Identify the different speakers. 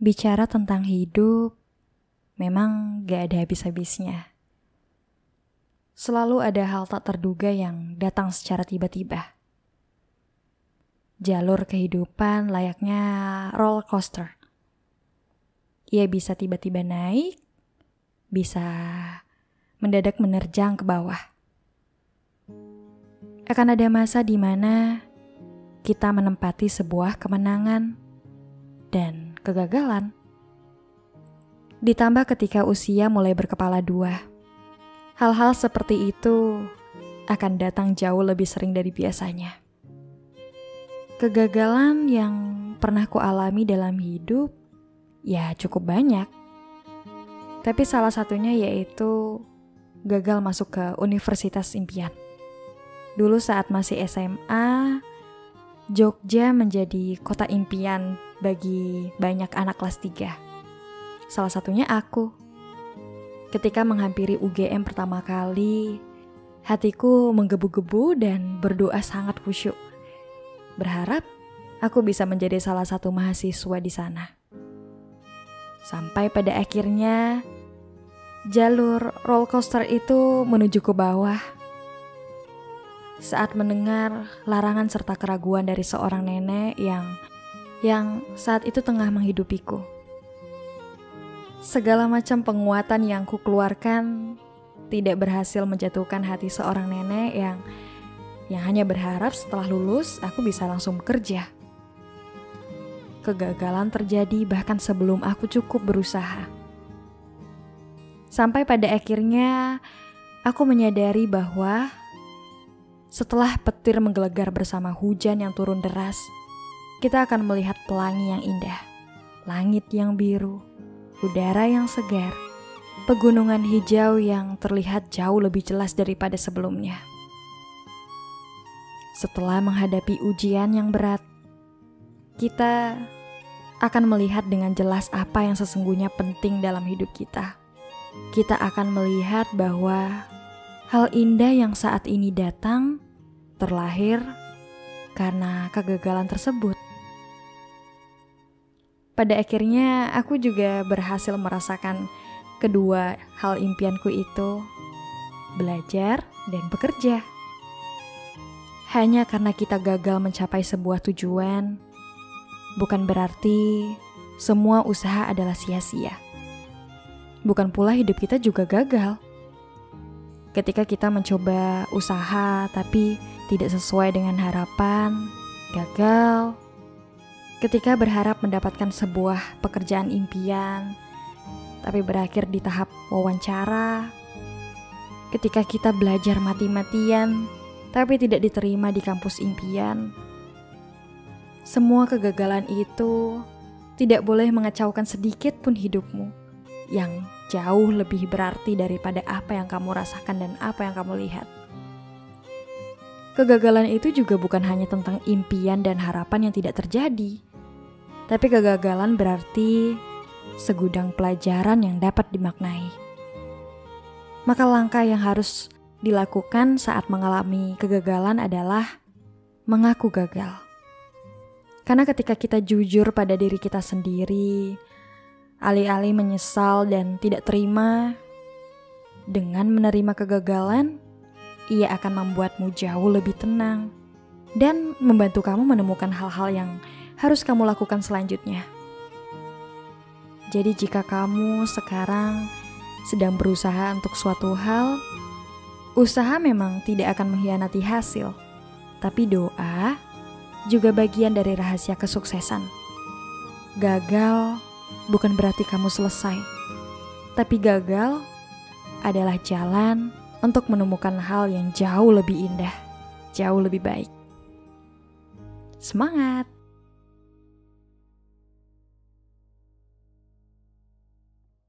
Speaker 1: Bicara tentang hidup, memang gak ada habis-habisnya. Selalu ada hal tak terduga yang datang secara tiba-tiba. Jalur kehidupan layaknya roller coaster. Ia bisa tiba-tiba naik, bisa mendadak menerjang ke bawah. Akan ada masa di mana kita menempati sebuah kemenangan dan kegagalan. Ditambah ketika usia mulai berkepala dua. Hal-hal seperti itu akan datang jauh lebih sering dari biasanya. Kegagalan yang pernah kualami dalam hidup ya cukup banyak. Tapi salah satunya yaitu gagal masuk ke universitas impian. Dulu saat masih SMA, Jogja menjadi kota impian bagi banyak anak kelas 3. Salah satunya aku. Ketika menghampiri UGM pertama kali, hatiku menggebu-gebu dan berdoa sangat khusyuk. Berharap aku bisa menjadi salah satu mahasiswa di sana. Sampai pada akhirnya, jalur roller coaster itu menuju ke bawah. Saat mendengar larangan serta keraguan dari seorang nenek yang saat itu tengah menghidupiku. Segala macam penguatan yang kukeluarkan tidak berhasil menjatuhkan hati seorang nenek yang hanya berharap setelah lulus aku bisa langsung bekerja. Kegagalan terjadi bahkan sebelum aku cukup berusaha. Sampai pada akhirnya aku menyadari bahwa setelah petir menggelegar bersama hujan yang turun deras, kita akan melihat pelangi yang indah, langit yang biru, udara yang segar, pegunungan hijau yang terlihat jauh lebih jelas daripada sebelumnya. Setelah menghadapi ujian yang berat, kita akan melihat dengan jelas apa yang sesungguhnya penting dalam hidup kita. Kita akan melihat bahwa hal indah yang saat ini datang terlahir karena kegagalan tersebut. Pada akhirnya aku juga berhasil merasakan kedua hal impianku itu, belajar dan bekerja. Hanya karena kita gagal mencapai sebuah tujuan, bukan berarti semua usaha adalah sia-sia. Bukan pula hidup kita juga gagal. Ketika kita mencoba usaha tapi tidak sesuai dengan harapan, gagal. Ketika berharap mendapatkan sebuah pekerjaan impian, tapi berakhir di tahap wawancara. Ketika kita belajar mati-matian, tapi tidak diterima di kampus impian. Semua kegagalan itu tidak boleh mengacaukan sedikit pun hidupmu, yang jauh lebih berarti daripada apa yang kamu rasakan dan apa yang kamu lihat. Kegagalan itu juga bukan hanya tentang impian dan harapan yang tidak terjadi, tapi kegagalan berarti segudang pelajaran yang dapat dimaknai. Maka langkah yang harus dilakukan saat mengalami kegagalan adalah mengaku gagal. Karena ketika kita jujur pada diri kita sendiri, alih-alih menyesal dan tidak terima, dengan menerima kegagalan, ia akan membuatmu jauh lebih tenang dan membantu kamu menemukan hal-hal yang harus kamu lakukan selanjutnya. Jadi jika kamu sekarang sedang berusaha untuk suatu hal, usaha memang tidak akan mengkhianati hasil, tapi doa juga bagian dari rahasia kesuksesan. Gagal bukan berarti kamu selesai, tapi gagal adalah jalan untuk menemukan hal yang jauh lebih indah, jauh lebih baik. Semangat!